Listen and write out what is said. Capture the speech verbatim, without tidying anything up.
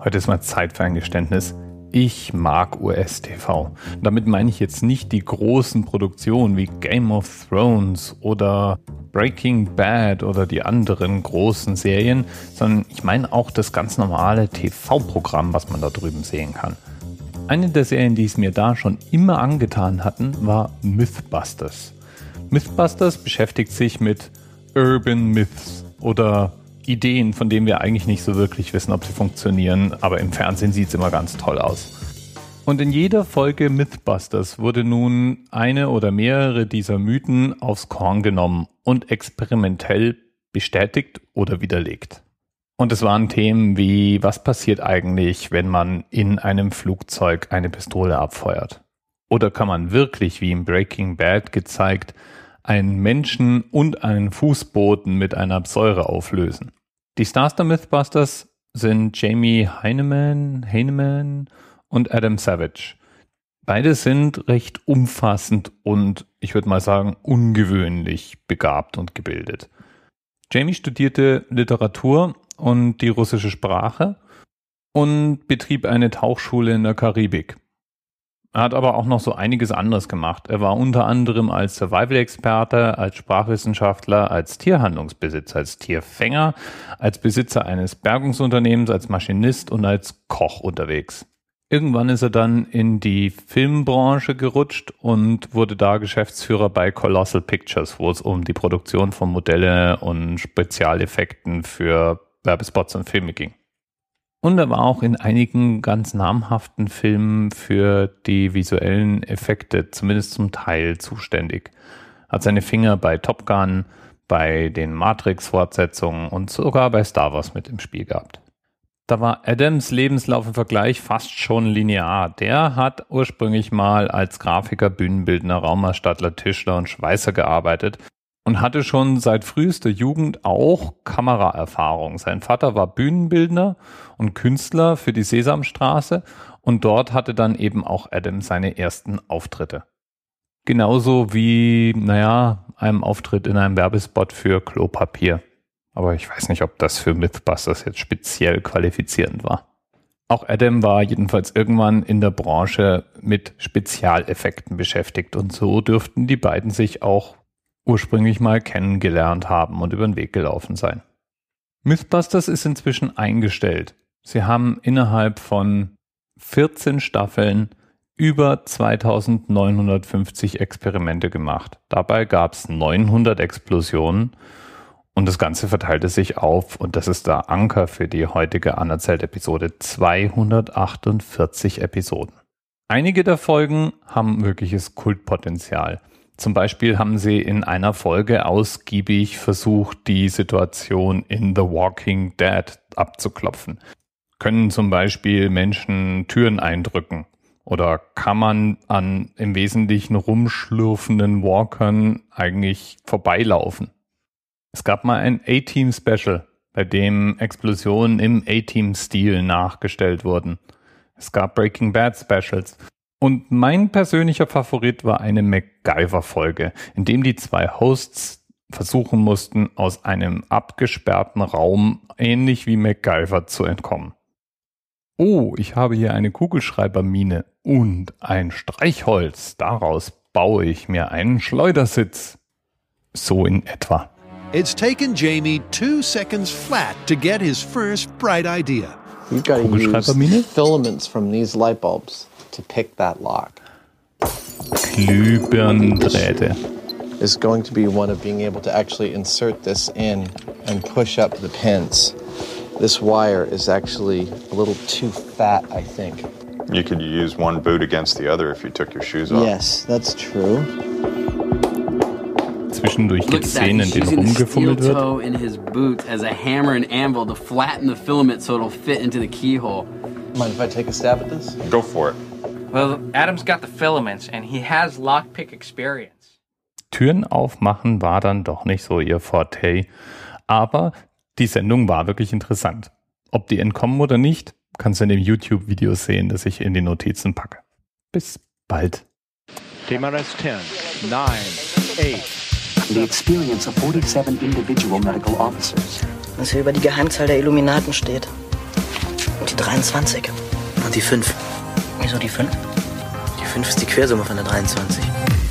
Heute ist mal Zeit für ein Geständnis. Ich mag U S-T V. Damit meine ich jetzt nicht die großen Produktionen wie Game of Thrones oder Breaking Bad oder die anderen großen Serien, sondern ich meine auch das ganz normale T V-Programm, was man da drüben sehen kann. Eine der Serien, die es mir da schon immer angetan hatten, war Mythbusters. Mythbusters beschäftigt sich mit Urban Myths oder Ideen, von denen wir eigentlich nicht so wirklich wissen, ob sie funktionieren, aber im Fernsehen sieht es immer ganz toll aus. Und in jeder Folge Mythbusters wurde nun eine oder mehrere dieser Mythen aufs Korn genommen und experimentell bestätigt oder widerlegt. Und es waren Themen wie, was passiert eigentlich, wenn man in einem Flugzeug eine Pistole abfeuert? Oder kann man wirklich, wie in Breaking Bad gezeigt, einen Menschen und einen Fußboden mit einer Säure auflösen? Die Stars der Mythbusters sind Jamie Heineman, Heineman und Adam Savage. Beide sind recht umfassend und, ich würde mal sagen, ungewöhnlich begabt und gebildet. Jamie studierte Literatur und die russische Sprache und betrieb eine Tauchschule in der Karibik. Er hat aber auch noch so einiges anderes gemacht. Er war unter anderem als Survival-Experte, als Sprachwissenschaftler, als Tierhandlungsbesitzer, als Tierfänger, als Besitzer eines Bergungsunternehmens, als Maschinist und als Koch unterwegs. Irgendwann ist er dann in die Filmbranche gerutscht und wurde da Geschäftsführer bei Colossal Pictures, wo es um die Produktion von Modelle und Spezialeffekten für Werbespots und Filme ging. Und er war auch in einigen ganz namhaften Filmen für die visuellen Effekte, zumindest zum Teil, zuständig. Hat seine Finger bei Top Gun, bei den Matrix-Fortsetzungen und sogar bei Star Wars mit im Spiel gehabt. Da war Adams Lebenslauf im Vergleich fast schon linear. Der hat ursprünglich mal als Grafiker, Bühnenbildner, Raumausstattler, Tischler und Schweißer gearbeitet und hatte schon seit frühester Jugend auch Kameraerfahrung. Sein Vater war Bühnenbildner und Künstler für die Sesamstraße und dort hatte dann eben auch Adam seine ersten Auftritte. Genauso wie, naja, einem Auftritt in einem Werbespot für Klopapier. Aber ich weiß nicht, ob das für Mythbusters jetzt speziell qualifizierend war. Auch Adam war jedenfalls irgendwann in der Branche mit Spezialeffekten beschäftigt und so dürften die beiden sich auch ursprünglich mal kennengelernt haben und über den Weg gelaufen sein. Mythbusters ist inzwischen eingestellt. Sie haben innerhalb von vierzehn Staffeln über zweitausendneunhundertfünfzig Experimente gemacht. Dabei gab es neunhundert Explosionen und das Ganze verteilte sich auf, und das ist der Anker für die heutige Anerzählt-Episode, zweihundertachtundvierzig Episoden. Einige der Folgen haben wirkliches Kultpotenzial. Zum Beispiel haben sie in einer Folge ausgiebig versucht, die Situation in The Walking Dead abzuklopfen. Können zum Beispiel Menschen Türen eindrücken? Oder kann man an im Wesentlichen rumschlürfenden Walkern eigentlich vorbeilaufen? Es gab mal ein A-Team-Special, bei dem Explosionen im A-Team-Stil nachgestellt wurden. Es gab Breaking Bad Specials. Und mein persönlicher Favorit war eine MacGyver-Folge, in dem die zwei Hosts versuchen mussten, aus einem abgesperrten Raum ähnlich wie MacGyver zu entkommen. Oh, ich habe hier eine Kugelschreibermine und ein Streichholz. Daraus baue ich mir einen Schleudersitz. So in etwa. It's taken Jamie two seconds flat to get his first bright idea. You've got to use filaments from these light bulbs to pick that lock. Glühbirnendrähte. Is going to be one of being able to actually insert this in and push up the pins. This wire is actually a little too fat, I think. You could use one boot against the other if you took your shoes off. Yes, that's true. Zwischendurch gibt es Szenen, in denen rumgefummelt wird. In his boot as a hammer and anvil to flatten the filament so it'll fit into the keyhole. Mind if I take a stab at this? Go for it. Well, Adam's got the filaments and he has lockpick experience. Türen aufmachen war dann doch nicht so ihr Forte. Aber die Sendung war wirklich interessant. Ob die entkommen oder nicht, kannst du in dem YouTube-Video sehen, das ich in die Notizen packe. Bis bald. T-minus ten, nine, eight. The experience of forty-seven individual medical officers. Was hier über die Geheimzahl der Illuminaten steht. Und Die dreiundzwanzig. Und die fünf. Wieso die fünf? Die fünf ist die Quersumme von der dreiundzwanzig.